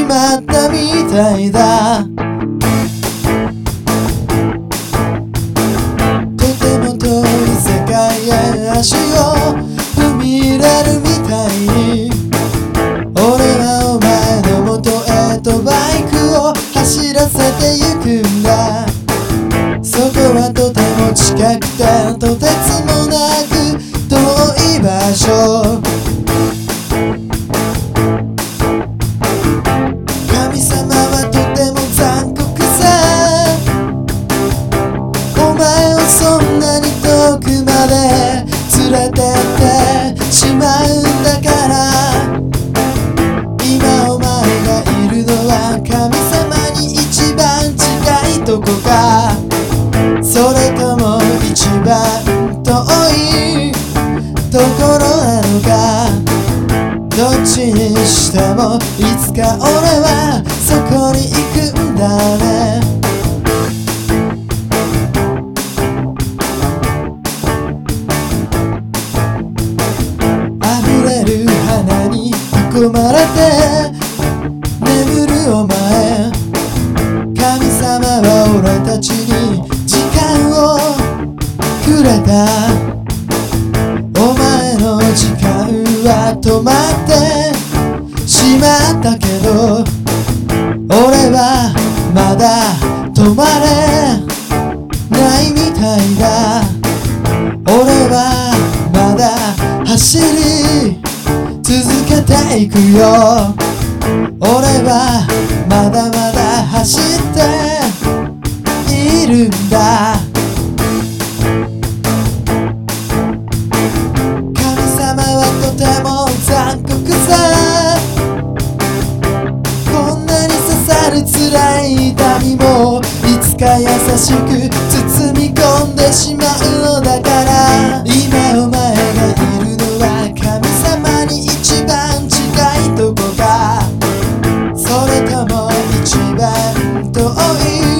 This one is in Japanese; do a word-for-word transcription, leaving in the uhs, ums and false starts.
しまったみたいだ。とても遠い世界へ足を踏み入れるみたいに、俺はお前の元へとバイクを走らせてゆくんだ。そこはとても近くてとてつもなく遠い場所。神様はとても残酷さ。お前をそんなに遠くまで連れてってしまうんだから。今お前がいるのは神様に一番近いとこか、それとも一番遠いところなのか。どっちにしてもいつか俺はそこに行くんだね。溢れる花に囲まれて眠るお前。神様は俺たちに時間をくれた。お前の時間は止まってしまったけど、俺はまだ止まれないみたいだ。俺はまだ走り続けていくよ。俺はまだまだ走っているんだ。神様はとても残酷さ。こんなに刺さる辛い痛みもいつか優しく包み込んでしまうのだから。今お前がいるのは神様に一番近いとこか、それとも一番遠い